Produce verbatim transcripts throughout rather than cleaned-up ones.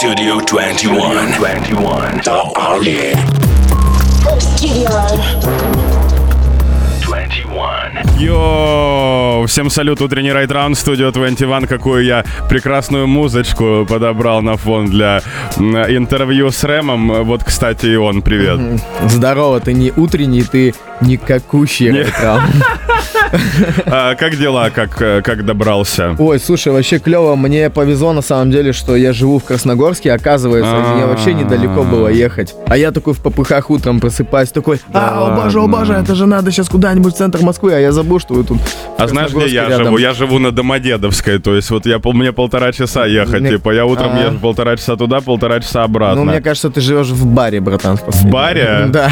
Studio двадцать один. двадцать один. The Army. Studio двадцать один. Йоу! Всем салют, утренний райд-раунд, Studio двадцать один. Какую я прекрасную музычку подобрал на фон для интервью с Рэмом. Вот, кстати, и он, привет. Здорово, ты не утренний, ты никакущий райд-раунд. А, как дела? Как, как добрался? Ой, слушай, вообще клево. Мне повезло на самом деле, что я живу в Красногорске, оказывается, мне вообще недалеко было ехать. А я такой в попыхах утром просыпаюсь, такой, а, о боже, о боже, это же надо сейчас куда-нибудь в центр Москвы, а я забыл, что вы тут. А знаешь, где я рядом. живу? Я живу на Домодедовской, то есть вот я, мне полтора часа ехать, Мне... типа я утром А-а. езжу полтора часа туда, полтора часа обратно. Ну, мне кажется, ты живешь в баре, братан. В баре? Да.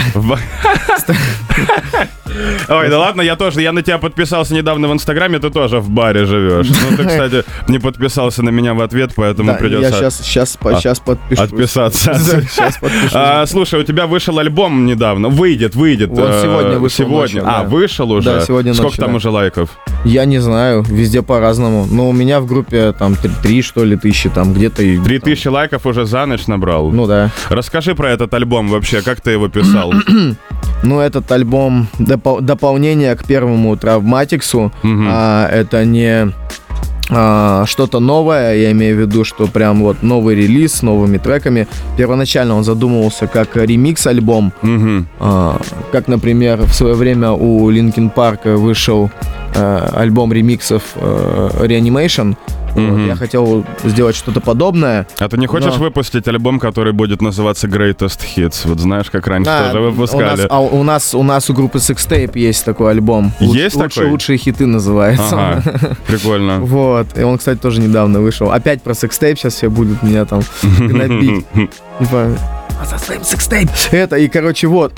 Ой, да ладно, я тоже, я на тебя подписался недавно в Инстаграме, ты тоже в баре живешь. Ну, ты, кстати, не подписался на меня в ответ, поэтому Да, придется... я сейчас, сейчас, сейчас подпишусь. Отписаться. Сейчас подпишусь. А, слушай, у тебя вышел альбом недавно, выйдет, выйдет. Вот э, сегодня вышел Сегодня, ночью, а, да. вышел уже? Да, сегодня Сколько ночью, там да. уже лайков? Я не знаю, везде по-разному. Но у меня в группе там три, три, что ли, тысячи, там где-то... и Три там- тысячи лайков уже за ночь набрал? Ну да. Расскажи про этот альбом вообще, как ты его писал? Ну, этот альбом допол- дополнение к первому Травматиксу. Мгм. А, это не а, что-то новое, я имею в виду, что прям вот новый релиз с новыми треками. Первоначально он задумывался как ремикс-альбом, Мгм. а, как, например, в свое время у Linkin Park вышел а, альбом ремиксов а, Reanimation. Вот, Мгм. я хотел сделать что-то подобное. А ты не хочешь Но- выпустить альбом, который будет называться Greatest Hits? Вот знаешь, как раньше Да, тоже у нас, выпускали. а у нас у нас у группы Sextape есть такой альбом. Есть Луч- такой? Лучшие хиты называется. Ага, прикольно. Вот. И он, кстати, тоже недавно вышел. Опять про Sextape сейчас все будут меня там гнобить. Типа, а за своим Sextape. Это, и, короче, вот.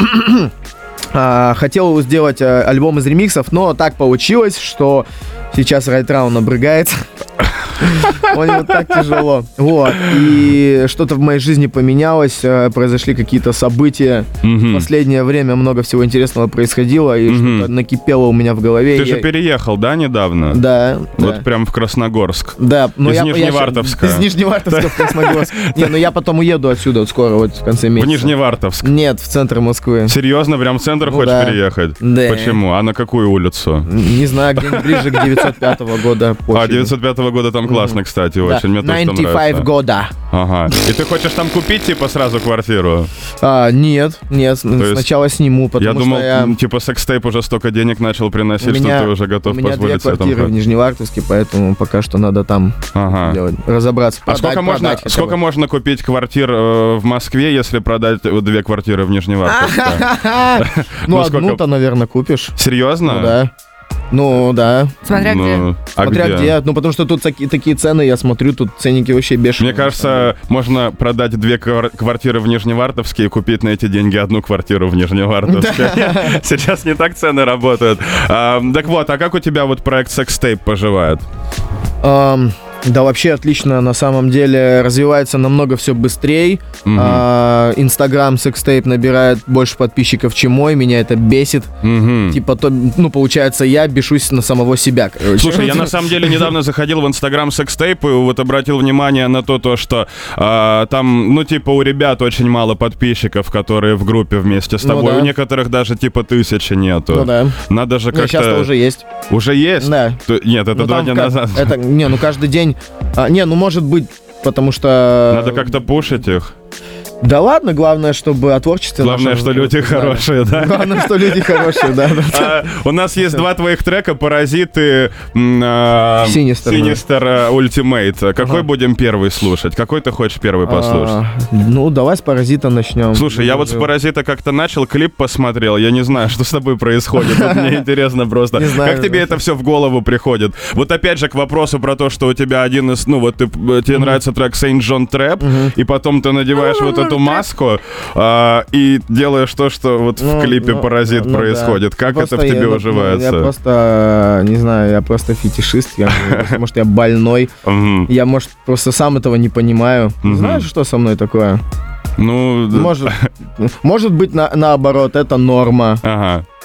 А, Хотел сделать а, альбом из ремиксов, но так получилось, что сейчас Райт-Раун обрыгается. Он вот так тяжело. Вот. И что-то в моей жизни поменялось, э, произошли какие-то события. В Мгм. последнее время много всего интересного происходило, и Мгм. что-то накипело у меня в голове. Ты и же я- переехал, да, недавно? Да, Вот да. прям в Красногорск. Да, но Из я, я ща- Нижневартовска. Из Нижневартовска в Красногорск. Не, ну я потом уеду отсюда вот скоро, вот в конце В месяца. Нижневартовск. Нет, в центр Москвы. Серьезно, прям в центр Ну хочешь да. переехать? Да. Почему? А на какую улицу? Не знаю, где-нибудь ближе к девятьсот пятого года. А, пофигу. девятьсот пятого года там классно, кстати, Да, очень. Мне тоже там девяносто пять нравится. года. Ага. И ты хочешь там купить, типа, сразу квартиру? А, нет, нет, есть сначала сниму, потому Я думал, что я... м, типа, секстейп уже столько денег начал приносить, что ты уже готов у меня две позволить себе там... квартиры в Нижневартовске, поэтому пока что надо там Ага. делать, разобраться. А Продать, сколько, можно, продать хотя сколько бы. можно купить квартир э, в Москве, если продать вот две квартиры в Нижневартовске? Ну, Ну, сколько- одну-то, наверное, купишь. Серьезно? Ну, да. Ну, да. Смотря где. Ну, а Смотря где? где. Ну, потому что тут таки- такие цены, я смотрю, тут ценники вообще бешеные. Мне кажется, можно продать две квар- квартиры в Нижневартовске и купить на эти деньги одну квартиру в Нижневартовске. Сейчас не так цены работают. А, Так вот, а как у тебя вот проект Sextape поживает? Ам, Да, вообще отлично, на самом деле развивается намного все быстрее. Мгм. А, Инстаграм Sextape набирает больше подписчиков, чем мой, меня это бесит. Мгм. Типа, то, ну, получается, я бешусь на самого себя, короче. Слушай, я на самом деле недавно заходил в Инстаграм Sextape и вот обратил внимание на то, то что а, там, ну, типа, у ребят очень мало подписчиков, которые в группе вместе с Ну тобой. да. У некоторых даже, типа, тысячи нету. Ну да. Надо же Не, как-то... сейчас-то уже есть. Уже есть? Да. То- Нет, это Ну, два там дня ка- назад. Это, не, ну каждый день... а, не, ну может быть, потому что... Надо как-то пушить их. Да ладно, главное, чтобы о творчестве... Главное, нашем что люди знали. хорошие, да? Главное, что люди хорошие, да. да. А, у нас есть два твоих трека «Паразиты», Sinister, «Синистер Ультимейт». Какой Ага. будем первый слушать? Какой ты хочешь первый послушать? А, ну, давай с «Паразита» начнем. Слушай, я вот с «Паразита» как-то начал, клип посмотрел, я не знаю, что с тобой происходит, вот мне интересно просто. Не знаю, Как тебе да. это все в голову приходит? Вот опять же к вопросу про то, что у тебя один из, ну вот ты, тебе нравится трек Saint John Trap, и потом ты надеваешь вот эту маску а, и делаешь то, что вот Ну, в клипе ну, «Паразит» ну да. происходит. Как Просто это в тебе я, ну, уживается? Я просто, не знаю, я просто фетишист, я, может, я больной, Мгм. я, может, просто сам этого не понимаю. Мгм. Знаешь, что со мной такое? Ну, да. Может, может быть, на- наоборот, это норма. Ага.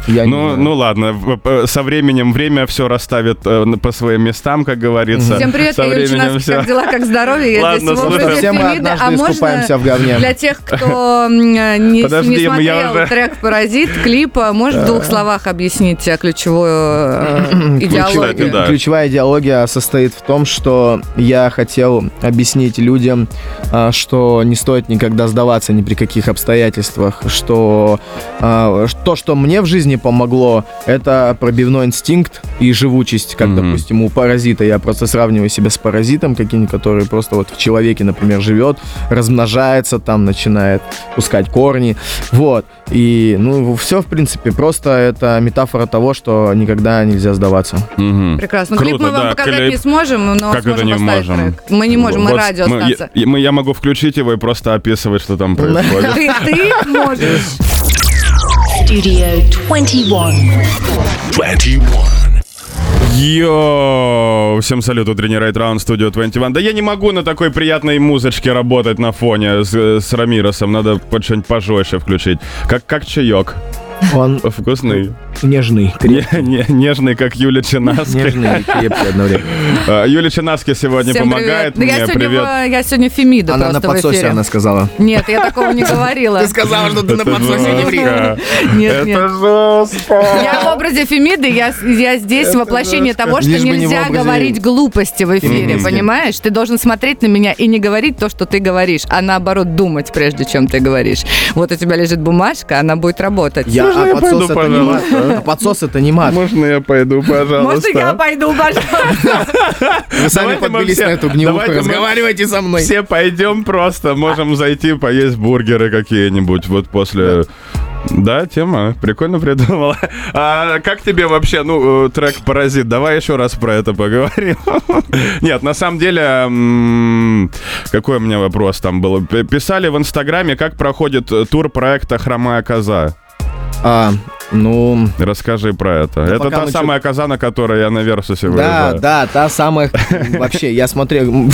Я ну, ну ладно, со временем время все расставит э, по своим местам, как говорится. Всем привет, со я Юлия Чинаска, как дела, как здоровье? Я Ладно, здесь в образе Все мы Фемиды. однажды А искупаемся в можно говне. для тех, кто не, Подожди, не смотрел я уже- трек «Паразит», клип, можешь в двух словах объяснить э, ключевую э, идеологию? Кстати, да. Ключевая идеология состоит в том, что я хотел объяснить людям, а, что не стоит никогда сдаваться ни при каких обстоятельствах, что а, то, что мне в жизни помогло, это пробивной инстинкт и живучесть, как, Мгм. допустим, у паразита. Я просто сравниваю себя с паразитом каким-нибудь, который просто вот в человеке, например, живет, размножается, там начинает пускать корни, вот. И, ну, все, в принципе, просто это метафора того, что никогда нельзя сдаваться. Мгм. Прекрасно. Круто, Клип мы вам да, показать клип. не сможем, но Как это сможем не поставить можем? трек. Мы не можем, мы Вот радио мы- остаться. я, мы- я могу включить его и просто описывать, что там происходит. Ты, ты можешь. Studio twenty-one. двадцать один. Йоу! Всем салют, утренний райд-раунд, студио двадцать один. Да я не могу на такой приятной музычке работать на фоне с, с Рамиросом. Надо под что-нибудь пожестче включить. Как, как чаек. Он Вкусный. нежный, Не- не- нежный, как Юля Чинаски. нежный и крепкий одновременно. А, Юля Чинаски сегодня Всем помогает привет. Да мне. я сегодня, Привет. в- я сегодня Фемида Она на просто в подсосе, эфире. она сказала. Нет, я такого не говорила. сказала, что ты Это жестко. Нет, нет. Это жестко. Я в образе Фемиды, я, я здесь воплощение того, что Лишь бы не в нельзя образе говорить глупости в эфире, Феминистки. понимаешь? Ты должен смотреть на меня и не говорить то, что ты говоришь, а наоборот думать, прежде чем ты говоришь. Вот у тебя лежит бумажка, она будет работать. Я, Можно а я подсос пойду, это не мат. пожалуйста? А подсос это не мат. Можно я пойду, пожалуйста? Можно я пойду, пожалуйста? Вы сами Давайте мы подбились все- на эту гнилуху. давайте мы Разговаривайте со мной. Все пойдем просто, можем зайти поесть бургеры какие-нибудь вот после... Да, тема, прикольно придумала. А как тебе вообще, ну, э, трек «Паразит»? Давай еще раз про это поговорим. Нет, на самом деле, м, какой у меня вопрос там был? П- Писали в Инстаграме, как проходит э, тур проекта «Хромая коза». А, ну... Расскажи про это. Это пока та мы самая коза, на которой я на Версусе Да, выезжаю. да, та самая... Вообще, я смотрел...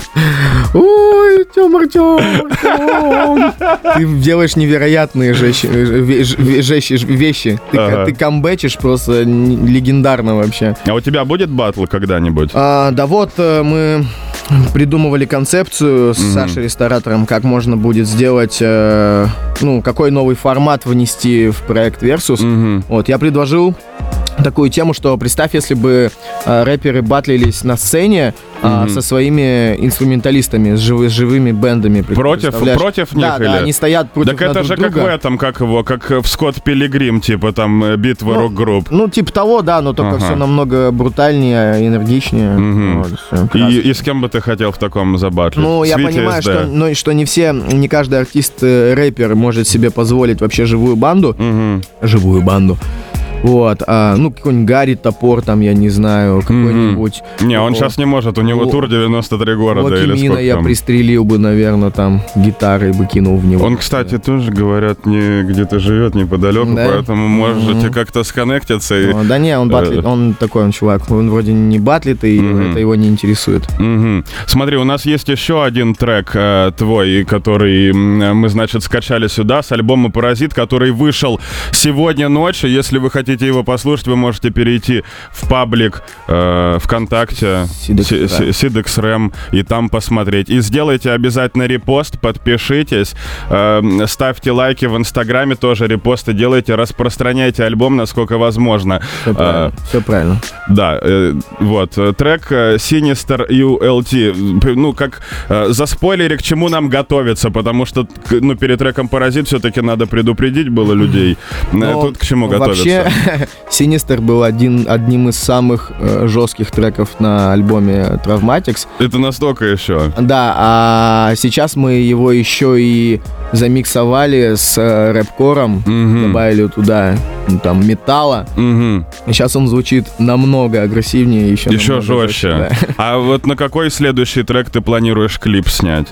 Ой, Тёмар, Тёмар, Тём. Ты делаешь невероятные жещи- ве- ж- жещи- вещи. Ты, Ага. ты камбэчишь просто н- легендарно вообще. А у тебя будет батл когда-нибудь? А, да вот, э, мы придумывали концепцию с Мгм. Сашей Ресторатором, как можно будет сделать, э, ну, какой новый формат внести в проект Versus. Мгм. Вот, я предложил такую тему, что представь, если бы э, рэперы батлились на сцене а, Мгм. со своими инструменталистами, с, живы- с живыми бэндами. При- Против- представляешь? против них Да, да, или? они стоят против Так это друг же друга. как в этом, как его, как в Скотт Пилигрим, типа там э, битва Ну, рок-групп. Ну, типа того, да, но только Ага. все намного брутальнее, энергичнее. Мгм. Вот, всё, И, классно. и с кем бы ты хотел в таком забатлить? Ну, С я Витей понимаю, эс дэ? что, ну, и что не все, не каждый артист, э, рэпер может себе позволить вообще живую банду. Мгм. Живую банду. Вот, а, ну, какой-нибудь Гарри Топор, там, я не знаю, какой-нибудь... Не, он О, сейчас не может, у него О, тур девяносто три города или Локимина сколько я там. пристрелил бы, наверное, там, гитарой бы кинул в него. Он, кстати, тоже, говорят, не где-то живет неподалеку, Да? поэтому можете Мгм. как-то сконнектиться. И... О, да не, он батлит, Э. он такой он чувак, он вроде не батлит, и Мгм. это его не интересует. Мгм. Смотри, у нас есть еще один трек э, твой, который м, мы, значит, скачали сюда с альбома «Паразит», который вышел сегодня ночью. Если вы хотите его послушать, вы можете перейти в паблик э, ВКонтакте Сидекс Си- Рэм. Си- Сидекс Рэм и там посмотреть. И сделайте обязательно репост, подпишитесь, э, ставьте лайки в Инстаграме, тоже репосты делайте, распространяйте альбом насколько возможно. Все правильно. Все правильно. Да, э, вот, э, трек э, Sinister ю эл ти, П- ну, как э, заспойлери, к чему нам готовиться, потому что, к- ну, перед треком «Паразит» все-таки надо предупредить было людей. Э, Но Тут к чему готовиться? Вообще, Sinister был один, одним из самых э, жестких треков на альбоме Traumatics. Это настолько еще. Да, а сейчас мы его еще и замиксовали с э, рэп-кором, Мгм. добавили туда, ну, там, металла. Мгм. И сейчас он звучит намного агрессивнее, еще, Еще намного жестче. да. А вот на какой следующий трек ты планируешь клип снять?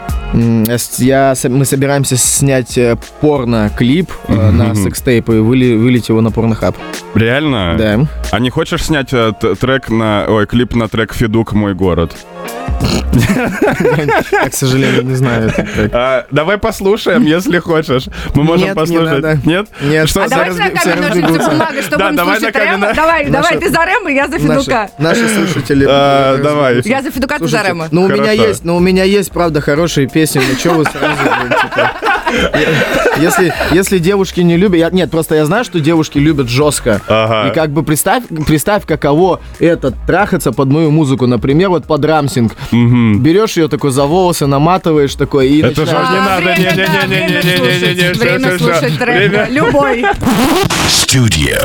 М, с- Я, с- мы собираемся снять э, порно-клип э, на Мгм. секстейп и выли, вылить его на порнохаб. Реально? Да. А не хочешь снять э, т- трек на... Ой, клип на трек «Федук. Мой город»? Я, к сожалению, не знаю. это как. А, давай послушаем, если хочешь. Мы можем Нет, не послушать. надо. Нет? Нет. Что А за давайте разби- на все камень, ножницы, разбегутся. бумага, чтобы Да, он давай слушать на камень, Рема. на- Давай, давай, Наши- ты за Рема, я за Федука. Наши, наши слушатели. А, э, давай. разбегутся. Я за Федука, ты за Слушайте, Рема. ну у меня Хорошо. есть, ну у меня есть, правда, хорошие песни, но что вы сразу, блин, типа, если, если девушки не любят, я- нет, просто я знаю, что девушки любят жестко, Ага. и как бы представь, представь, каково это трахаться под мою музыку, например, вот под рамсинг, берешь ее такой за волосы, наматываешь такой и Это же начинаешь- не А, надо, время, да, не-не-не-не-не-не-не-не-не, время всё, слушать, время всё, всё. слушать трэп, Время. любой. Studio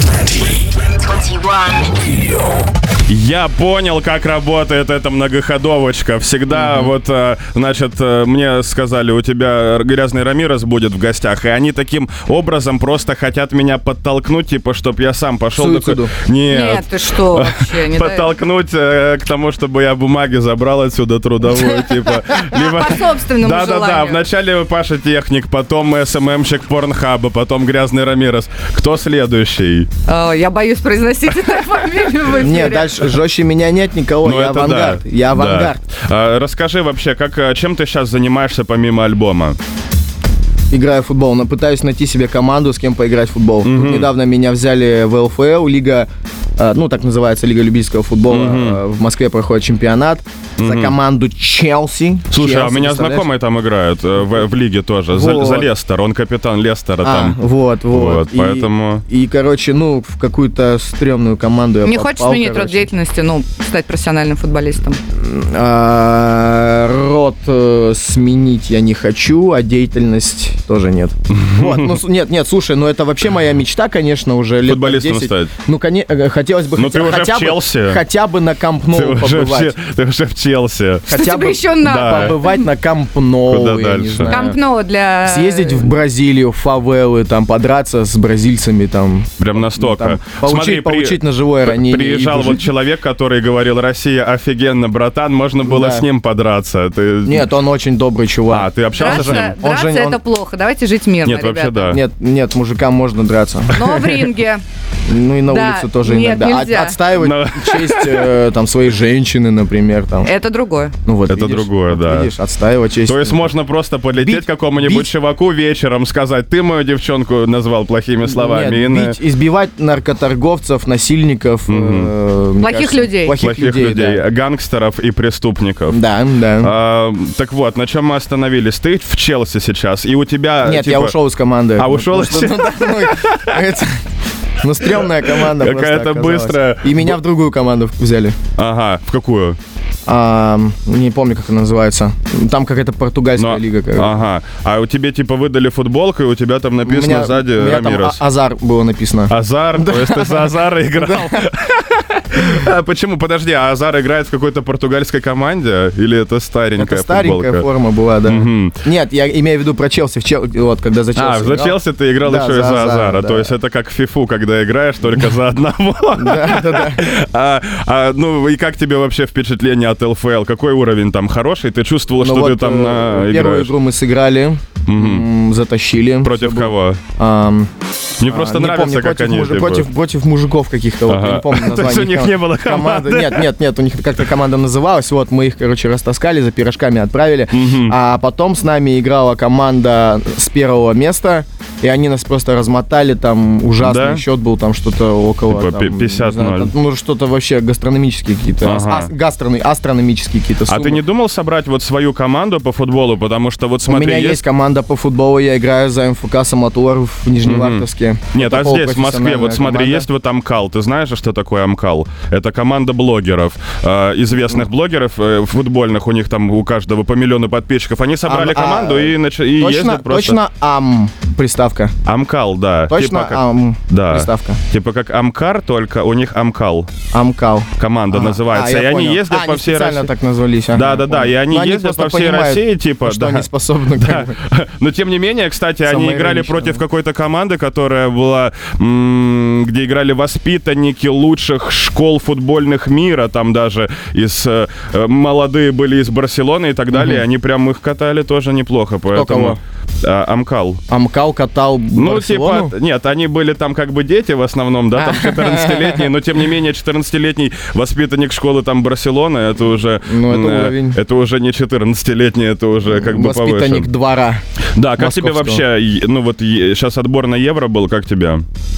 twenty-one. Я понял, как работает эта многоходовочка. Всегда вот, э, значит, э, мне сказали, у тебя грязный Рамирес будет в гостях, и они таким образом просто хотят меня подтолкнуть, типа, чтоб я сам пошел. Суициду. Такой, Нет. Нет, ты что вообще? Не дай- Подтолкнуть э, к тому, чтобы я бумаги забрал отсюда трудовую, типа. Либо... По собственному Да-да-да, желанию. вначале Паша Техник, потом СММщик Порнхаба, потом Грязный Рамирес. Кто следующий? О, Я боюсь произносить эту фамилию в эфире. Нет, дальше жестче меня нет никого, Ну, я это авангард, да. я авангард. Да. А, расскажи вообще, как, а, чем ты сейчас занимаешься помимо альбома? Играю в футбол, но пытаюсь найти себе команду, с кем поиграть в футбол. Тут недавно меня взяли в эл эф эл, лига, э, ну так называется, Лига любительского футбола. Э, В Москве проходит чемпионат за команду Челси. Слушай, а у Челси, меня представляешь? знакомые там играют э, в, в лиге тоже. За, Вот. за Лестер, он капитан Лестера А, там. вот, вот. Вот, И- поэтому- И, короче, ну, в какую-то стрёмную команду я Не попал, хочешь сменить род короче. деятельности, ну, стать профессиональным футболистом? А, Род э, сменить я не хочу, а деятельность тоже нет. Вот, ну, с- нет, нет, слушай, ну это вообще моя мечта, конечно, уже лет Футболистом десять. стать? Ну, конечно, хотелось бы Ну, хотя, ты уже хотя в бы, Челси. хотя бы на Камп Ты Ноу уже, в, побывать. Че- ты уже в Челси. Что Хотя тебе бы еще надо? Да. побывать на Камп Ноу, Куда я не дальше? знаю. Камп Ноу для... Съездить в Бразилию, в фавелы, там, подраться с бразильцами, там, Прям настолько. там, получить, Смотри, при- получить ножевое ранение. Приезжал и вот выжить. человек, который говорил: Россия офигенно, братан, можно было Да. с ним подраться. Ты... Нет, он очень добрый чувак. А, ты общался с ним? Драться, Он драться же- это он- плохо. Давайте жить мирно, Нет, вообще ребята. да. Нет, нет, мужикам можно драться. Но в ринге. Ну и на Да, улице тоже нет, иногда. От- нельзя. отстаивать Но- честь э, там своей женщины, например, там. Это другое. Ну вот Это видишь, другое, вот да. Видишь, отстаивать честь. То есть можно просто полететь Бить- какому-нибудь бить- чуваку вечером, сказать: ты мою девчонку назвал плохими словами. Нет, и на- бить, избивать наркоторговцев, насильников, э, мне Плохих кажется, людей. плохих, плохих людей, людей, да. гангстеров и преступников. Да, да. А, так вот, на чем мы остановились? Ты в Челси сейчас, и у тебя... Нет, я типа, ушел из команды. А, ушел Ну, что- ну, да, ну, это- Ну, стрёмная команда просто Какая-то оказалась. быстрая. И меня в другую команду взяли. Ага, в какую? А, не помню, как она называется. Там какая-то португальская Но- лига. короче. Ага. А у тебя типа выдали футболку, и у тебя там У написано меня- сзади у меня там Рамирес. А- Азар было написано. Азар? То есть ты за Азара играл? А почему? Подожди, а Азар играет в какой-то португальской команде? Или это старенькая Это старенькая футболка? форма была, да. Мгм. Нет, я имею в виду про Челси. В Чел... Вот, когда за Челси А, за играл. Челси ты играл Да, еще и за за Азара, Азара. да. То есть это как в фифу, когда играешь только за одного. Да, да, да. А, а, ну и как тебе вообще впечатление от эл эф эл? Какой уровень там хороший? Ты чувствовал, Ну что ты вот, там э, на- Первую играешь? игру мы сыграли, м, затащили. Против Всё было- кого? Ам, Мне просто а, не нравится, помню, как против, они... мужи- типа- против, против мужиков каких-то, вот, Ага. я не помню То есть название. у них ком- не было команды? Нет, нет, нет, у них как-то команда называлась, вот, мы их, короче, растаскали, за пирожками отправили, а потом с нами играла команда с первого места, и они нас просто размотали, там ужасный Да? счет был, там что-то около... Типа там, пи- пятьдесят не знаю, ноль. там, ну, что-то вообще гастрономические какие-то, ас- Ага. ас- гастроны- астрономические какие-то А суммы. ты не думал собрать вот свою команду по футболу? Потому что вот У смотри, меня есть команда по футболу, я играю за эм эф ка «Самотор» в Нижневартовске. Нет, Это а здесь, в Москве, вот полупрофессиональная смотри, команда. есть вот Амкал. Ты знаешь, что такое Амкал? Это команда блогеров, э, известных блогеров э, футбольных. У них там у каждого по миллиону подписчиков. Они собрали Ам- а, команду и, нач- и Точно, ездят просто. точно ам приставка. Амкал, да. Точно Типа как, ам да. приставка. Типа как Амкар, только у них Амкал. Амкал. Команда Ага. называется. А, и я они понял. ездят а, по они всей специально России. так назвались. ага, Да, да, я да. понял. И они Но ездят просто по всей понимают, России, типа. что да. они способны. Да. как бы. Но тем не менее, кстати, они Самоиронично, играли против да. какой-то команды, которая была, м, где играли воспитанники лучших школ футбольных мира, там даже из э, э, молодые были из Барселоны и так далее. Они прям их катали тоже неплохо, поэтому. кого? А, Амкал. Амкал катал Ну, Барселону? типа, нет, они были там как бы дети в основном, да, там четырнадцатилетние, но тем не менее четырнадцатилетний воспитанник школы там Барселоны, это уже... Ну, это э, уровень. Это уже не четырнадцатилетний, это уже как бы повыше. Воспитанник двора. Да, как тебе московского. вообще, и- ну вот е- сейчас отбор на Евро был, как тебе?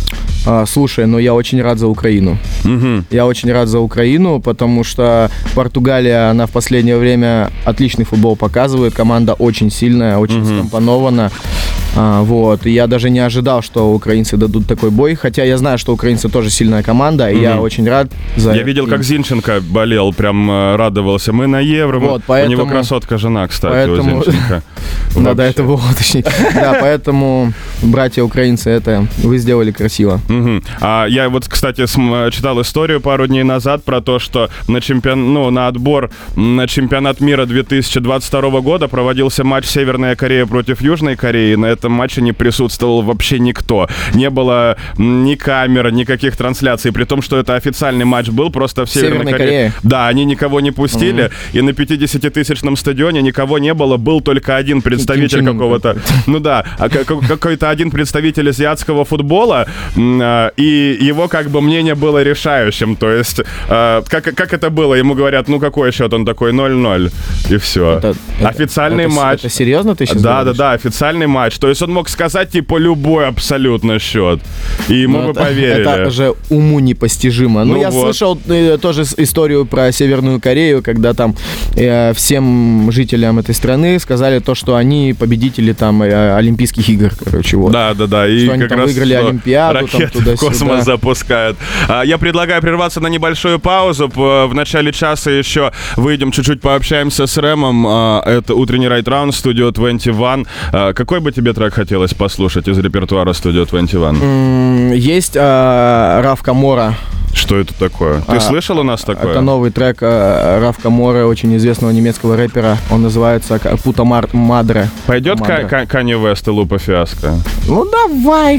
А, слушай, ну я очень рад за Украину. Мгм. Я очень рад за Украину, потому что Португалия, она в последнее время отличный футбол показывает. Команда очень сильная, очень скомпонована. А, вот. И я даже не ожидал, что украинцы дадут такой бой. Хотя я знаю, что украинцы тоже сильная команда, и я очень рад за Я видел, им. как Зинченко болел, прям э, радовался. Мы на Евро. мы- Вот, У него поэтому- красотка жена, кстати, поэтому- у Зинченко. Надо Вообще. это было уточнить. Да, поэтому, братья украинцы, это вы сделали красиво. Мгм. А я вот, кстати, см- читал историю пару дней назад про то, что на чемпион, ну, на отбор на чемпионат мира две тысячи двадцать второго года проводился матч Северная Корея против Южной Кореи. На этом матче не присутствовал вообще никто. Не было м, ни камер, никаких трансляций. При том, что это официальный матч был, просто в Северной, Северной Корее. Корее. Да, они никого не пустили. И на пятидесятитысячном стадионе никого не было. Был только один представитель Ким Чен Ын какого-то... Ну да, а ка- ка- какой-то один представитель азиатского футбола, м, а, и его как бы мнение было решающим. То есть, э, как, как это было? Ему говорят, ну какой счет? Он такой ноль-ноль. И все. Это- это- Официальный это с- матч. Это серьезно ты сейчас Да, да, говоришь? да, официальный матч. То есть он мог сказать, типа, любой абсолютно счет. И ему Ну, бы это, поверили. это же уму непостижимо. Ну, Ну я вот. слышал э, тоже с- историю про Северную Корею, когда там э, всем жителям этой страны сказали то, что они победители там э, Олимпийских игр, короче, вот. Да, да, да. И Что они как там раз выиграли что Олимпиаду, там, ракеты в туда-сюда. космос запускают. А, Я предлагаю прерваться на небольшую паузу. П- В начале часа еще выйдем, чуть-чуть пообщаемся с Рэмом. А, Это утренний райт-раунд, Studio двадцать один. А, Какой бы тебе трек хотелось послушать из репертуара Studio двадцать один? М, Есть э, Раф Камора. Что это такое? Ты А, слышал у нас такое? Это новый трек э, Раф Камора, очень известного немецкого рэпера. Он называется к- Пута Мар- Мадре. Пойдет Мадре. Ка- Ка- Канье Вест и Лупа Фиаско? Ну давай.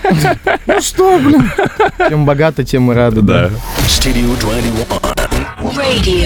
Ну что, блин. Чем богато, тем и рады, да. Studio двадцать один. Radio.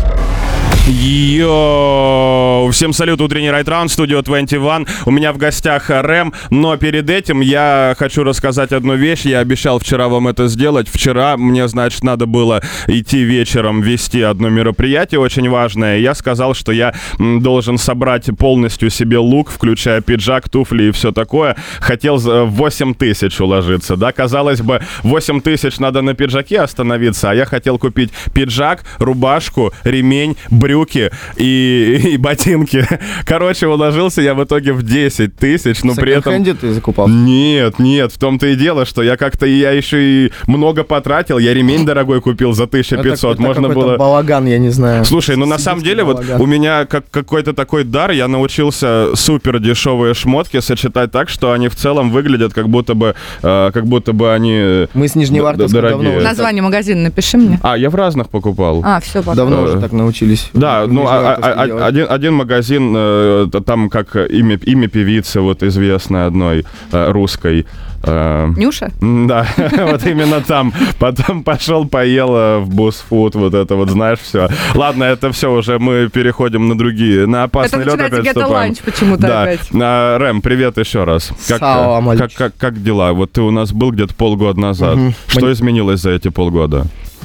Йоу! Всем салют, утренний райт-раунд, Studio двадцать один. У меня в гостях Рэм, но перед этим я хочу рассказать одну вещь. Я обещал вчера вам это сделать. Вчера мне, значит, надо было идти вечером вести одно мероприятие очень важное. Я сказал, что я м, должен собрать полностью себе лук, включая пиджак, туфли и все такое. Хотел за восемь тысяч уложиться, да? Казалось бы, восемь тысяч надо на пиджаке остановиться, а я хотел купить пиджак, рубашку, ремень, брюки и, и ботинки. Короче, уложился я в итоге в десять тысяч, но В при этом... секонд-хенде ты закупал? Нет, нет, в том-то и дело, что я как-то, я еще и много потратил, я ремень дорогой купил за тысячу пятьсот, это можно какой-то было... балаган, я не знаю. Слушай, ну на Сибирский самом деле вот балаган. у меня как какой-то такой дар, я научился супер дешевые шмотки сочетать так, что они в целом выглядят как будто бы, э, как будто бы они Мы с Нижневартовска д- давно дорогие. уже Название магазина напиши мне. А, я в разных покупал. А, все, пока. Давно Э, уже так научились. Да, в ну а- а- Нижневартовске а- делать. один, один магазин, э, т- там как имя, имя певицы вот известной одной э, русской. э, Нюша? Да, вот именно там. Потом пошел, поел э, в Бусфуд, вот это вот, знаешь, все. Ладно, это все уже, мы переходим на другие, на опасный Это лед начинается опять где-то вступаем. ланч почему-то Да. опять. А, Рэм, привет еще раз. Как, Салам как, алейкум. как, как дела? Вот ты у нас был где-то полгода назад. Мгм. Что Мне- изменилось за эти полгода?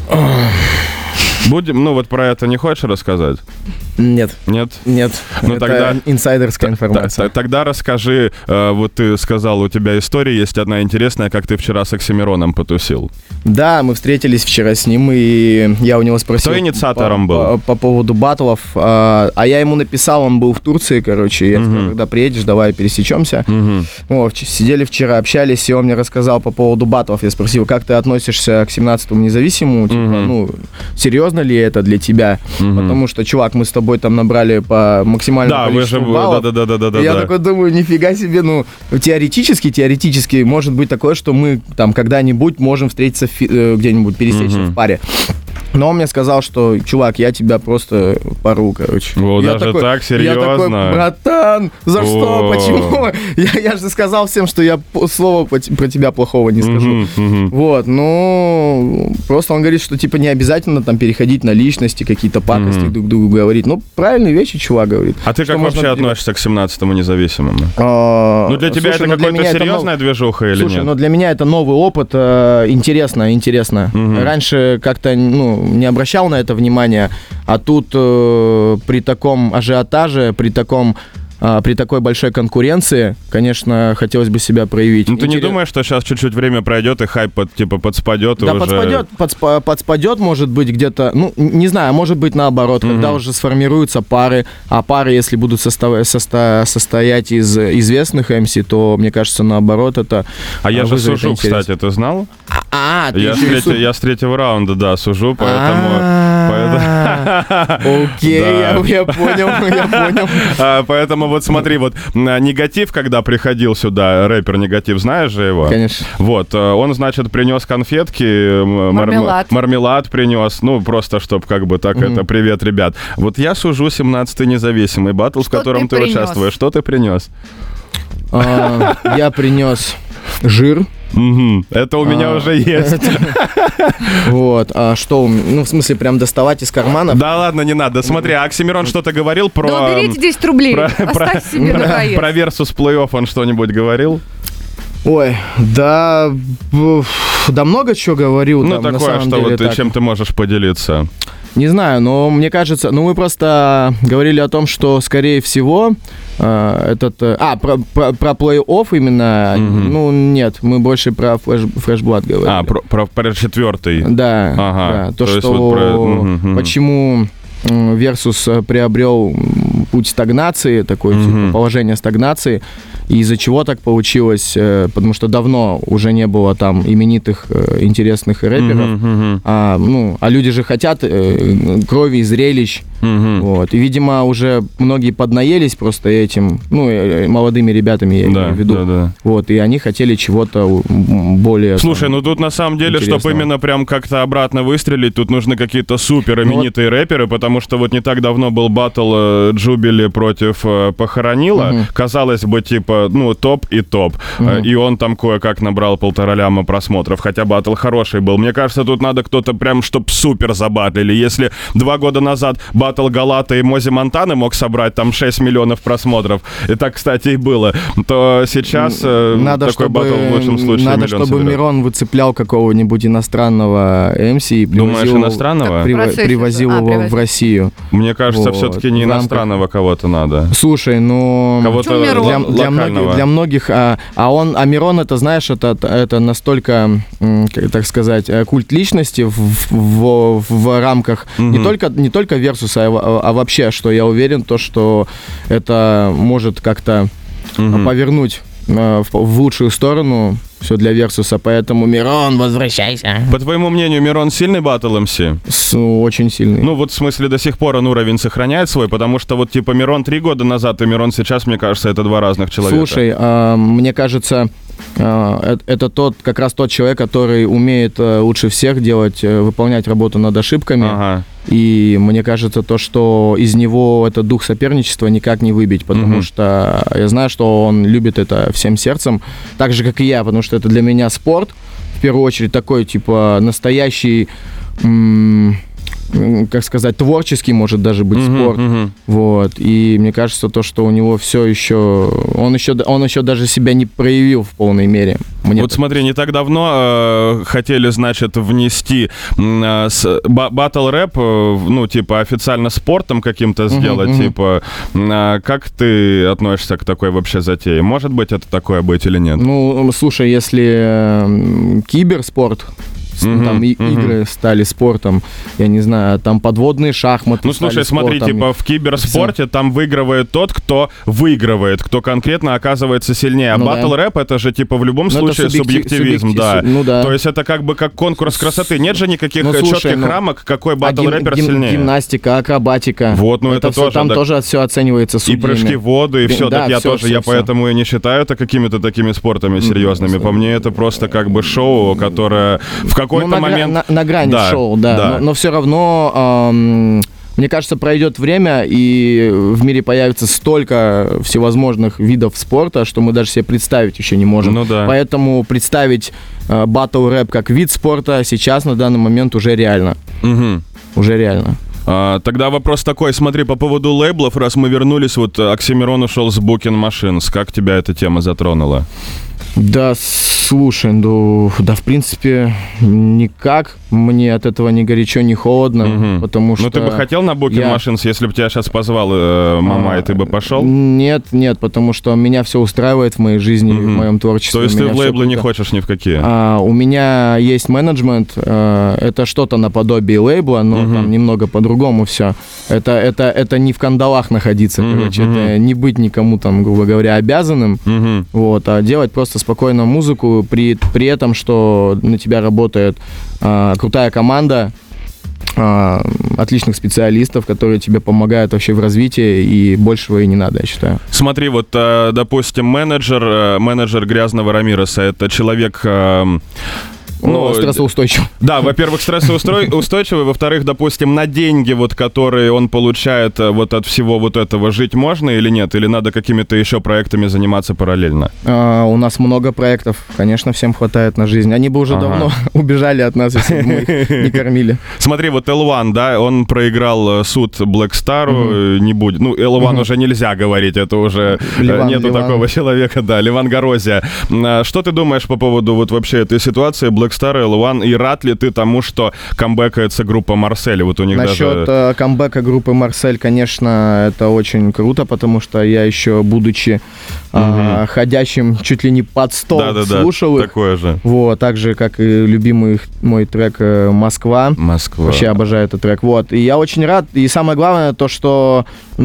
Будем, ну вот про это не хочешь рассказать? Нет, Нет? нет. Ну, это тогда- инсайдерская Т- информация. т- Тогда расскажи, э, вот ты сказал, у тебя история есть одна интересная, как ты вчера с Оксимироном потусил. Да, мы встретились вчера с ним, и я у него спросил... Кто инициатором по, был? По, по поводу баттлов. А, а я ему написал, он был в Турции, короче. Я сказал, когда приедешь, давай пересечемся. Мгм. Вот, ч- сидели вчера, общались, и он мне рассказал по поводу баттлов. Я спросил, как ты относишься к семнадцатому независимому? Типа, Мгм. ну, серьезно ли это для тебя? Мгм. Потому что, чувак, мы с тобой там набрали по максимальному Да, вы же... количеству баллов. Да-да-да-да-да. И я такой думаю, нифига себе, ну, теоретически, теоретически может быть такое, что мы там когда-нибудь можем встретиться в фи- э, где-нибудь, пересечься Мгм. в паре. Но он мне сказал, что, чувак, я тебя просто пору, короче. О, я даже такой, так? Серьезно? Я такой, братан, за что, О. почему? Я, я же сказал всем, что я п- слова по- про тебя плохого не скажу. Мгм, мгм. Вот, ну, просто он говорит, что, типа, не обязательно там переходить на личности, какие-то пакости Мгм. друг другу говорить. Ну, правильные вещи чувак говорит. А ты Что как можно вообще делать? относишься к семнадцатому независимому? А, Ну, для тебя слушай, это ну, для какая-то меня это серьезная нов- движуха или Слушай, нет? ну для меня это новый опыт, э, интересно, интересно. Мгм. Раньше как-то, ну, не обращал на это внимания, а тут э, при таком ажиотаже, при таком а, при такой большой конкуренции, конечно, хотелось бы себя проявить. Ну, ты не Интерес- думаешь, что сейчас чуть-чуть время пройдет и хайп под, типа подспадет и Да, уже... подспадет, подспа- подспадет, может быть, где-то, ну, н- не знаю, может быть, наоборот, когда уже сформируются пары, а пары, если будут состав- состо- состоять из известных эм си, то, мне кажется, наоборот, это А я же вызовет сужу, интерес. кстати, ты знал? А, ты Я с, еще и третьего, су- я с третьего раунда, да, сужу, поэтому... А, Окей, я Да. я понял, я понял. А, Поэтому вот смотри, вот м, Негатив, когда приходил сюда, рэпер Негатив, знаешь же его? Конечно. Вот, э, он, значит, принес конфетки, м, мар- Мармелад. мармелад принес, ну, просто, чтобы как бы так это, привет, ребят. Вот я сужу семнадцатый независимый батл, в Что котором ты ты принес? участвуешь. Что ты принес? А, Я принес жир. Мгм. Это у меня А, уже есть. Вот. А что, у м- ну, в смысле, прям доставать из кармана? Да ладно, не надо. Смотри, Оксимирон что-то говорил про... Да уберите десять рублей, про- оставь про- себе на проезд. Про Versus плей-офф он что-нибудь говорил? Ой, да, б- да много чего говорил. Ну, там, на такое, самом что деле, вот ты, так. чем ты можешь поделиться. Не знаю, но мне кажется, ну мы просто говорили о том, что скорее всего э, этот, э, а про, про, про плей-офф именно, Мгм. ну нет, мы больше про флэш, флэшблад говорили. А, про, про, про четвертый. Да, Ага, да, то, то есть что вот про- мгм, мгм. почему м, Versus приобрел м, путь стагнации, такое Мгм. типа положение стагнации, и из-за чего так получилось, э, потому что давно уже не было там именитых э, интересных рэперов, Мгм, мгм, а, ну, а люди же хотят э, крови и зрелищ, мгм. вот, и, видимо, уже многие поднаелись просто этим, ну, э, э, молодыми ребятами, я Да, имею в виду, да, да. вот, и они хотели чего-то м, более... Слушай, там, ну тут на самом деле, чтобы интересного. именно прям как-то обратно выстрелить, тут нужны какие-то супер именитые рэперы, потому что вот не так давно был баттл э, Джубили против э, Похоронила. Мгм. Казалось бы, типа, ну, топ и топ. Э, И он там кое-как набрал полтора ляма просмотров, хотя баттл хороший был. Мне кажется, тут надо кто-то прям, чтоб супер забатлили. Если два года назад баттл Галата и Мози Монтаны мог собрать там шесть миллионов просмотров, и так, кстати, и было, то сейчас э, Надо, такой чтобы, баттл в лучшем случае надо, миллион чтобы соберет. Мирон выцеплял какого-нибудь иностранного эм си и Думаешь, привозил, иностранного? прив- Процессе, привозил а, его привозил. в Россию. Мне кажется, Вот, все-таки не в рамках- иностранного кого-то надо. Слушай, ну... Кого-то Почему Мирон? Для, ло- для локального. многих, для многих, а, а он, а Мирон, это, знаешь, это, это настолько, м, как так сказать, э, культ личности в, в, в, в рамках не Мгм. только не только Версуса, а, а- а вообще, что я уверен, то, что это может как-то Мгм. повернуть э, в, в лучшую сторону все для Версуса, поэтому Мирон, возвращайся. По твоему мнению, Мирон сильный баттл эм си? С- ну, очень сильный. Ну вот в смысле до сих пор он уровень сохраняет свой, потому что вот типа Мирон три года назад и Мирон сейчас, мне кажется, это два разных человека. Слушай, а, мне кажется, а, э- это тот, как раз тот человек, который умеет э, лучше всех делать, э, выполнять работу над ошибками. Ага. И мне кажется, то, что из него этот дух соперничества никак не выбить, потому Мгм. что я знаю, что он любит это всем сердцем, так же, как и я, потому что это для меня спорт, в первую очередь, такой, типа, настоящий, м- м, как сказать, творческий, может даже быть, Мгм, спорт. мгм. Вот, и мне кажется, то, что у него все еще, он еще, он еще даже себя не проявил в полной мере. Мне Вот так смотри, не так давно э, хотели, значит, внести м, э, с- ба- батл рэп, э, ну, типа, официально спортом каким-то сделать, мгм. типа, м, а как ты относишься к такой вообще затее? Может быть, это такое быть или нет? Ну, слушай, если э, киберспорт, с- Мгм, там и, мгм. игры стали спортом, я не знаю, там подводные шахматы Ну, слушай, стали смотри, спортом. типа в киберспорте там выигрывает тот, кто выигрывает, кто конкретно оказывается сильнее. А Ну батл да. рэп это же типа в любом Ну, это случае субъектив- субъективизм, субъектив- да. су- ну да. То есть это как бы как конкурс красоты. Нет же никаких Ну, э, слушай, четких ну, рамок, какой А батл гим- рэпер гим- сильнее. Гимнастика, акробатика. Вот, ну это всё- тоже, Там да. тоже все оценивается И судьями. прыжки в воду, и Да, все. да, Так я всё, тоже, всё, я всё. поэтому и не считаю это какими-то такими спортами серьезными. По мне это просто как бы шоу, которое в какой-то ну, на, момент... на, на грани да, шоу, да. да. Но, но все равно, эм, мне кажется, пройдет время, и в мире появится столько всевозможных видов спорта, что мы даже себе представить еще не можем. Ну да. Поэтому представить э, батл-рэп как вид спорта сейчас на данный момент уже реально. Угу. Уже реально. А, тогда вопрос такой, смотри, по поводу лейблов, раз мы вернулись, вот Оксимирон ушел с Booking Machines, как тебя эта тема затронула? Да, слушай, ну, да, в принципе, никак. Мне от этого ни горячо, ни холодно, Мгм. потому что... Ну, ты бы хотел на Booking я- Machines, если бы тебя сейчас позвал э, Мамай, А, ты бы пошел? Нет, нет, потому что меня все устраивает в моей жизни, Мгм. в моем творчестве. То есть ты Меня в всё лейблы не круто. хочешь ни в какие? А, у меня есть менеджмент, э, это что-то наподобие лейбла, но Мгм. там немного по-другому все. Это, это, это не в кандалах находиться, Мгм, короче, мгм. это не быть никому там, грубо говоря, обязанным, Мгм. вот, а делать просто спокойно музыку, при, при этом, что на тебя работает а, крутая команда, а, отличных специалистов, которые тебе помогают вообще в развитии, и большего и не надо, я считаю. Смотри, вот, э, допустим, менеджер, э, менеджер Грязного Рамиреса, это человек... э, Ну, стрессоустойчивый. Да, во-первых, стрессоустойчивый, во-вторых, допустим, на деньги, вот, которые он получает э, вот от всего вот этого, жить можно или нет? Или надо какими-то еще проектами заниматься параллельно? А, у нас много проектов, конечно, всем хватает на жизнь. Они бы уже Ага. давно убежали от нас, если бы мы их не кормили. Смотри, вот эл один, да, он проиграл э, суд Black Star, э, не будет. Ну, эл один Мгм. уже нельзя говорить, это уже э, Ливан, нету Ливан. такого человека, да, Ливан Горозия. М, а Что ты думаешь по поводу вот вообще этой ситуации, Black Star, эл один, и рад ли ты тому, что камбэкается группа Марсель? Вот у них Насчет даже... э, камбэка группы Марсель, конечно, это очень круто, потому что я еще, будучи а, Мгм. ходящим чуть ли не под стол, Да-да-да, слушал их. такое же. Вот, так же, как и любимый их- мой трек э, «Москва». Москва. Вообще обожаю этот трек. Вот. И я очень рад. И самое главное то, что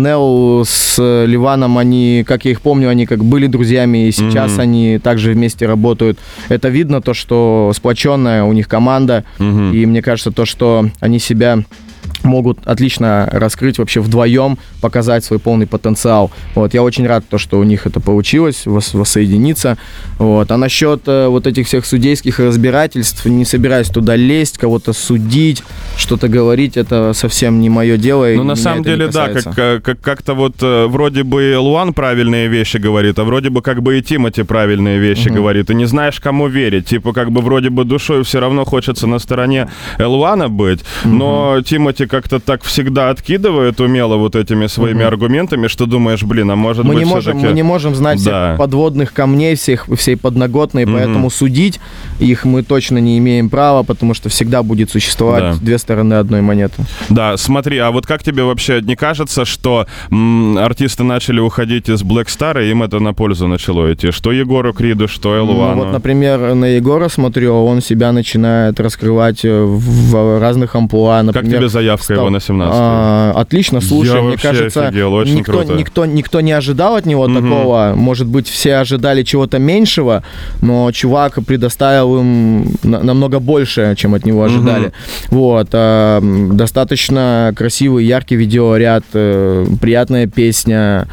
Нео с э, Ливаном, они, как я их помню, они как были друзьями, и сейчас Мгм. они также вместе работают. Это видно, то, что сплоченная у них команда. Мгм. И мне кажется, то, что они себя могут отлично раскрыть вообще вдвоем, показать свой полный потенциал. Вот, я очень рад, то, что у них это получилось, вос- воссоединиться. Вот. А насчет э, вот этих всех судейских разбирательств, не собираюсь туда лезть, кого-то судить, что-то говорить, это совсем не мое дело. и Ну, на меня самом это не деле, да, касается. как, э, как, как-то вот э, вроде бы эл один правильные вещи говорит, а вроде бы как бы и Тимати правильные вещи Мгм. говорит, и не знаешь, кому верить. Типа, как бы вроде бы душой все равно хочется на стороне эл один быть, но Тимати как-то так всегда откидывает умело вот этими своими Мгм. аргументами, что думаешь, блин, а может Мы быть не, можем, все-таки... мы не можем знать Да. всех подводных камней, всех, всей подноготной, Мгм. поэтому судить их мы точно не имеем права, потому что всегда будет существовать Да. две стороны одной монеты. Да, смотри, а вот как тебе вообще не кажется, что м, артисты начали уходить из Black Star, и им это на пользу начало идти? Что Егору Криду, что эл один? Ну, вот, например, на Егора смотрю, он себя начинает раскрывать э, в разных амплуа. Как Например, тебе заявка стал- его на семнадцатый? А, отлично, слушай, Я мне вообще кажется, офигел, очень никто, круто. никто, никто не ожидал от него Мгм. такого. Может быть, все ожидали чего-то меньшего, но чувак предоставил им на- намного больше, чем от него ожидали. Вот, а, м, достаточно красивый, яркий видеоряд, э, приятная песня,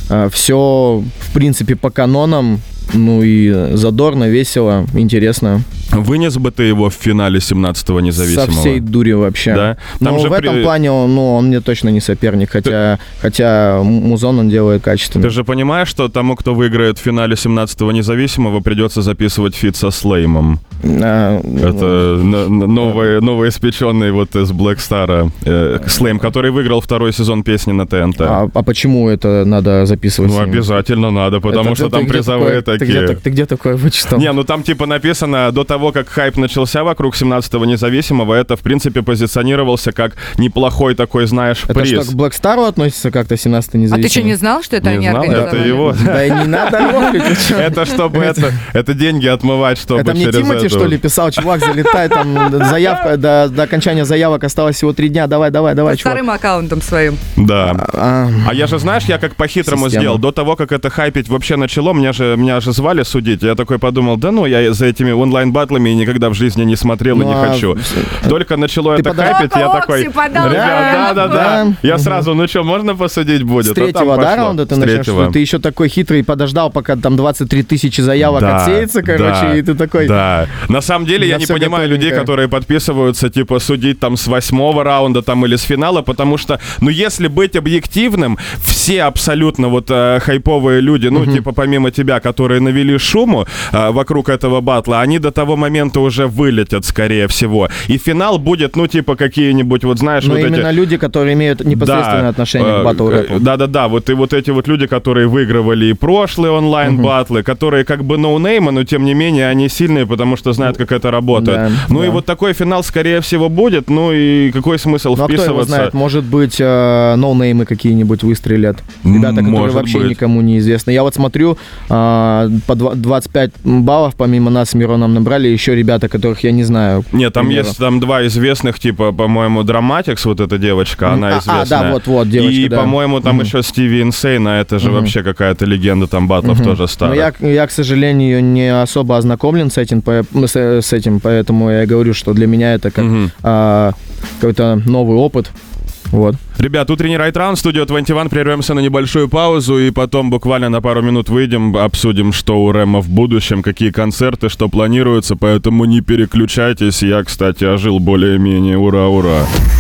все, в принципе, по канонам. Ну и задорно, весело, интересно. Вынес бы ты его в финале семнадцатого независимого? Со всей дури вообще. Да? Там Но же в этом при- плане он, ну, он мне точно не соперник, хотя, хотя музон он делает качественно. Ты же понимаешь, что тому, кто выиграет в финале семнадцатого независимого, придется записывать фит со Слеймом? А, Это н- н- новый, новоиспеченный вот из Black Star э, Слейм, который выиграл второй сезон песни на ТНТ. а, а почему это надо записывать? Ну, с ним? обязательно надо, потому Это что ты там где призовые такое- ты такие. где, ты где такое вычитал? Не, ну там типа написано, до того, как хайп начался вокруг семнадцатого независимого, это, в принципе, позиционировался как неплохой такой, знаешь, Это приз. что, к Black Star относится как-то семнадцатый А независимый? ты что, не знал, что это Не они знал, организовали? это его. Да и не надо, Лёха, ты чё? Это чтобы это, это деньги отмывать, чтобы Это мне через Тимати, эту- что ли, писал? Чувак, залетай, там заявка, до, до окончания заявок осталось всего три дня, давай, давай, давай, Под чувак. старым аккаунтом своим. Да. А, А я же, знаешь, я как по-хитрому Система. сделал. До того, как это хайпить вообще начало, меня же, меня же звали судить. Я такой подумал, да ну, я за этими онлайн батлами и никогда в жизни не смотрел Ну, и не а хочу. в- Только начало Ты это пода- хайпить, я Опа, такой... Окси подал, Ребят, да. да-да-да. Да. Я сразу, ну что, можно посудить будет? С А там третьего, да, пошло. раунда ты С начнешь? третьего. Что ты еще такой хитрый подождал, пока там двадцать три тысячи заявок Да, отсеется, короче, да, и ты такой... Да. На самом деле я Я не всё понимаю людей, готовенько. которые подписываются, типа, судить там с восьмого раунда там или с финала, потому что, ну, если быть объективным, все абсолютно вот э, хайповые люди, ну, типа, помимо тебя, которые навели шуму э, вокруг этого батла, они до того момента уже вылетят, скорее всего. И финал будет, ну, типа, какие-нибудь, вот знаешь, Но вот именно эти... люди, которые имеют непосредственное Да, отношение э, к батл-рэпу. Да-да-да, вот и вот эти вот люди, которые выигрывали и прошлые онлайн-батлы, которые как бы ноунеймы, но тем не менее они сильные, потому что знают, как это работает. Да, ну да. и вот такой финал, скорее всего, будет. Ну и какой смысл Ну а кто его вписываться? знает, может быть, э, ноунеймы какие-нибудь выстрелят. Ребята, которые Может вообще быть. никому не известны. Я вот смотрю, э, по два- двадцать пять баллов помимо нас с Мироном набрали еще ребята, которых я не знаю. Нет, там к примеру. есть там два известных, типа, по-моему, Драматикс, вот эта девочка, она а, а, известная. да, вот-вот, девочка, И, да. по-моему, там еще Стиви Инсейн, а это же вообще какая-то легенда там батлов тоже Но старая. я, я, к сожалению, не особо ознакомлен с этим, по- с, с этим, поэтому я говорю, что для меня это как Мгм. а, какой-то новый опыт. Вот. Ребят, утренний райт-раунд, студио двадцать один, прервемся на небольшую паузу и потом буквально на пару минут выйдем, обсудим, что у Рэма в будущем, какие концерты, что планируется, поэтому не переключайтесь. Я, кстати, ожил более-менее. Ура, ура.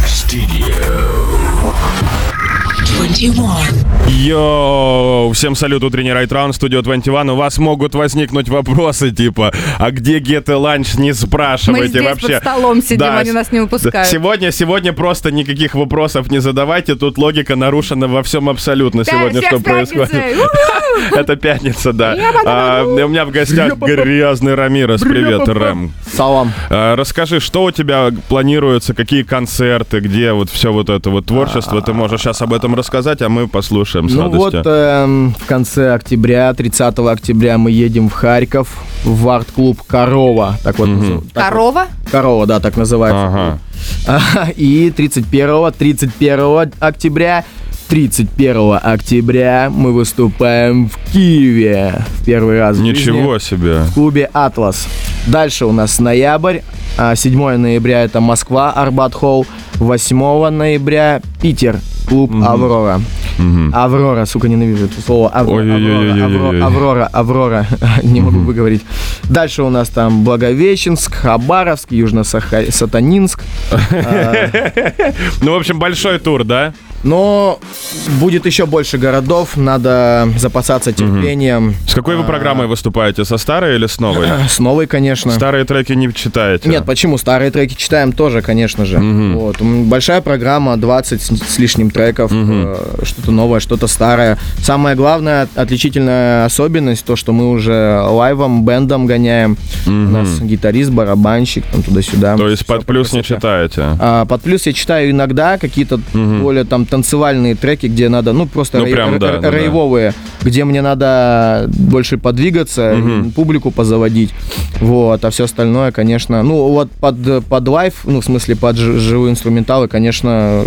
twenty-one. Йоу! Всем салют, утренний райт-раунд, студио двадцать один. У вас могут возникнуть вопросы, типа, а где Get a Lunch, не спрашивайте Мы здесь вообще. под столом сидим, Да, они нас не выпускают. Сегодня, сегодня просто никаких вопросов не задавайте, тут логика нарушена во всем абсолютно сегодня, Всех что с пятницей! происходит. У-ху! Это пятница, да. А, у меня в гостях грязный Рамирес. Привет, Рэм. Салам. А, Расскажи, что у тебя планируется, какие концерты, где вот все вот это вот творчество, ты можешь сейчас об этом рассказать, а мы послушаем с Ну вот радостью. эм, в конце октября, тридцатого октября мы едем в Харьков, в арт-клуб «Корова». Так вот, назыв- так вот. Корова? «Корова», да, так называется. Ага. А, И тридцать первого, тридцать первого октября, тридцать первого октября мы выступаем в Киеве. В первый раз в жизни. Ничего себе. В клубе «Атлас». Дальше у нас ноябрь, а седьмого ноября это Москва, Арбат-холл, восьмого ноября Питер, клуб «Аврора». Аврора, сука, ненавижу это слово. Ав- Ой-ой-ой-ой-ой-ой. Аврора, Аврора, Аврора, не могу выговорить. Дальше у нас там Благовещенск, Хабаровск, Южно-Сахалинск. Ну, в общем, большой тур, да? Но будет еще больше городов, надо запасаться терпением. С какой вы программой выступаете? Со старой или с новой? С новой, конечно. Старые треки не читаете? Нет, почему? Старые треки читаем тоже, конечно же. Вот. М, Большая программа, двадцать с с лишним треков, э, что-то новое, что-то старое. Самая главная отличительная особенность, то, что мы уже лайвом, бендом гоняем. У нас гитарист, барабанщик, там туда-сюда. То есть Всё под плюс по не красоте. читаете? А, под плюс я читаю иногда какие-то более там танцевальные треки, где надо, ну, просто Ну, рей- прям, р- да, р- да, да. рейвовые, где мне надо больше подвигаться, и публику позаводить. Вот, а все остальное, конечно, ну, вот под, под лайв, ну, в смысле, под ж- живые инструменталы, конечно,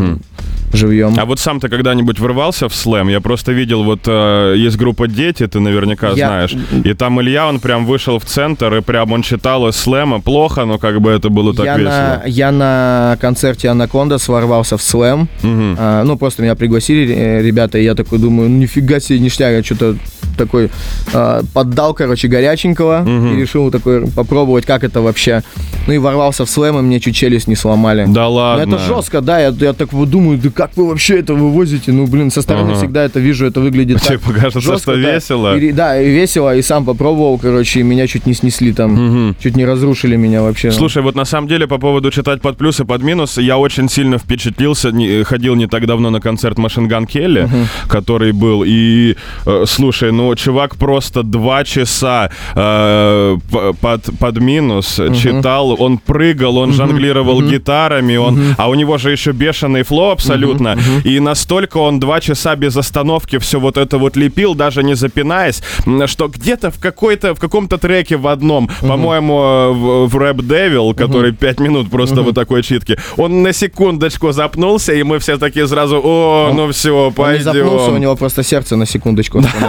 живьем. А вот сам ты когда-нибудь врывался в слэм? Я просто видел, вот э, есть группа «Дети», ты наверняка Я- знаешь. И там Илья, он прям вышел в центр, и прям он читал из слэма. Плохо, но как бы это было так я, весело. на, я на концерте «Анаконда» ворвался в слэм. Мгм. А, ну, просто меня пригласили э, ребята, и я такой думаю, ну, нифига себе, ништяк, я что-то такой а, поддал, короче, горяченького и решил такой попробовать, как это вообще. Ну, и ворвался в слэм, и мне чуть челюсть не сломали. Да Ну, ладно. это жестко, да, я, я так вот думаю, да как вы вообще это вывозите? Ну, блин, со стороны Ага. всегда это вижу, это выглядит так Типа кажется, жестко, что да. весело. И, да, и весело, и сам попробовал, короче, и меня чуть не снесли там, чуть не разрушили меня вообще. Слушай, вот на самом деле по поводу читать под плюс и под минус, я очень сильно впечатлился, не- ходил не так давно на концерт Machine Gun Kelly, который был, и, э, слушай, ну, чувак просто два часа э, п- под, под минус читал, он прыгал, он жонглировал гитарами, он, а у него же еще бешеный флоу абсолютно, и настолько он два часа без остановки все вот это вот лепил, даже не запинаясь, м, что где-то в какой-то, в каком-то треке в одном, по-моему, э, в, в Rap Devil, который пять минут просто вот такой читки, он на секундочку запнулся, и мы все такие сразу, о, ну все, Он не запнулся, у пойдем. него просто сердце на секундочку остановилось.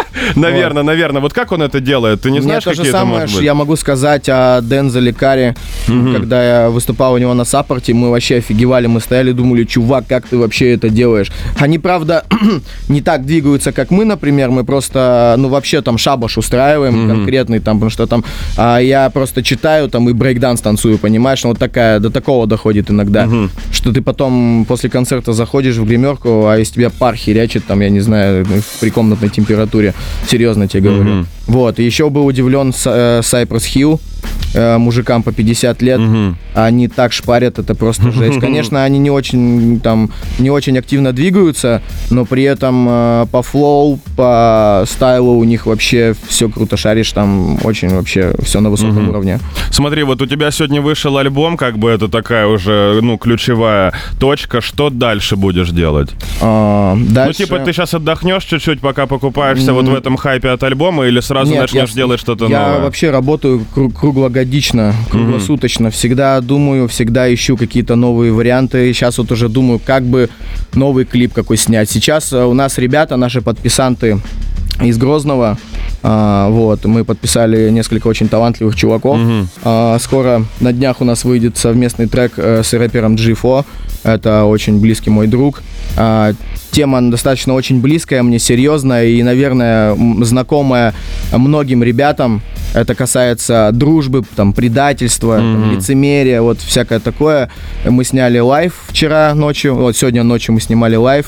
Наверное, наверное. Вот как он это делает? Ты не знаешь, какие какие это может быть? Я могу сказать о Дензеле Карри. Mm-hmm. Когда я выступал у него на саппорте, мы вообще офигевали. Мы стояли, думали, чувак, как ты вообще это делаешь? Они, правда, не так двигаются, как мы, например. Мы просто, ну, вообще там шабаш устраиваем mm-hmm. конкретный, там, потому что там а я просто читаю там и брейкданс танцую, понимаешь? Ну, вот такая, до такого доходит иногда, mm-hmm. что ты потом после концерта заходишь в гримерку, а из тебя пар херячит, там, я не знаю, при комнатной температуре. Серьезно тебе говорю. Mm-hmm. Вот, и еще был удивлен с, э, Cypress Hill, э, мужикам по пятьдесят лет. Mm-hmm. Они так шпарят, это просто жесть. Конечно, они не очень, там, не очень активно двигаются, но при этом э, по флоу, по стайлу у них вообще все круто шаришь, там очень вообще все на высоком mm-hmm. уровне. Смотри, вот у тебя сегодня вышел альбом, как бы это такая уже, ну, ключевая точка. Что дальше будешь делать? А, дальше... Ну, типа, ты сейчас отдохнешь чуть-чуть, пока покупаешься mm-hmm. вот в этом хайпе от альбома, или сразу Нет, начнешь я, делать что-то я новое? Я вообще работаю кру- круглогодично, круглосуточно. Mm-hmm. Всегда думаю, всегда ищу какие-то новые варианты. Сейчас вот уже думаю, как бы новый клип какой снять. Сейчас у нас ребята, наши подписанты из Грозного, а, вот, мы подписали несколько очень талантливых чуваков. Mm-hmm. А, скоро на днях у нас выйдет совместный трек э, с рэпером джи фор. Это очень близкий мой друг. А, тема достаточно очень близкая мне, серьезная и, наверное, знакомая многим ребятам. Это касается дружбы, там, предательства, mm-hmm. там, лицемерия, вот всякое такое. Мы сняли лайв вчера ночью, вот сегодня ночью мы снимали лайв.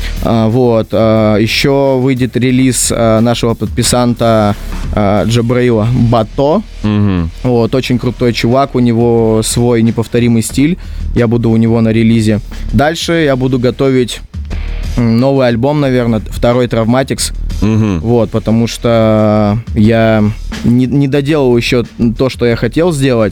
А, вот. А, еще выйдет релиз а, нашего подписанта а, Джабраила Бато. Mm-hmm. Вот, очень крутой чувак, у него свой неповторимый стиль. Я буду у него на релизе. Дальше я буду готовить новый альбом, наверное, второй Traumatics. Mm-hmm. Вот, потому что я не, не доделал еще то, что я хотел сделать,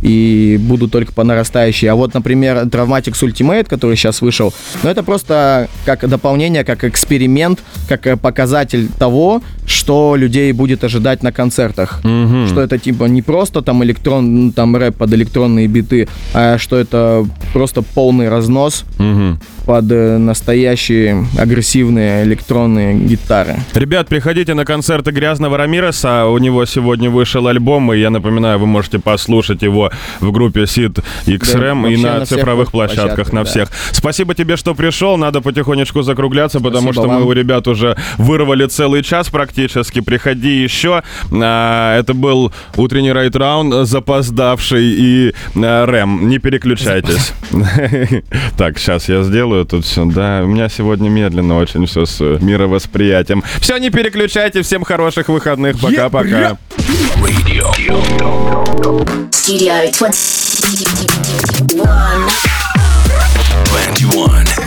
и буду только по нарастающей. А вот, например, Traumatics Ultimate, который сейчас вышел, ну, это просто как дополнение, как эксперимент, как показатель того, что людей будет ожидать на концертах. Mm-hmm. Что это, типа, не просто там электрон, там рэп под электронные биты, а что это просто полный разнос mm-hmm. под настоящие агрессивные электронные гитары. Ребят, приходите на концерты Грязного Рамиреса. У него сегодня вышел альбом, и я напоминаю, вы можете послушать его в группе Сид икс рэм, да, и на, на цифровых площадках, площадках, на всех. Да. Спасибо тебе, что пришел. Надо потихонечку закругляться, Спасибо потому что вам. Мы у ребят уже вырвали целый час практически. Приходи еще. Это был утренний райт-раунд, запоздавший, и Рэм. Не переключайтесь. Так, сейчас я сделаю тут все. Да, у меня сегодня медленно очень все с мировосприятием. Все, не переключайте. Всем хороших выходных. Пока-пока. Studio twenty-one. twenty-one.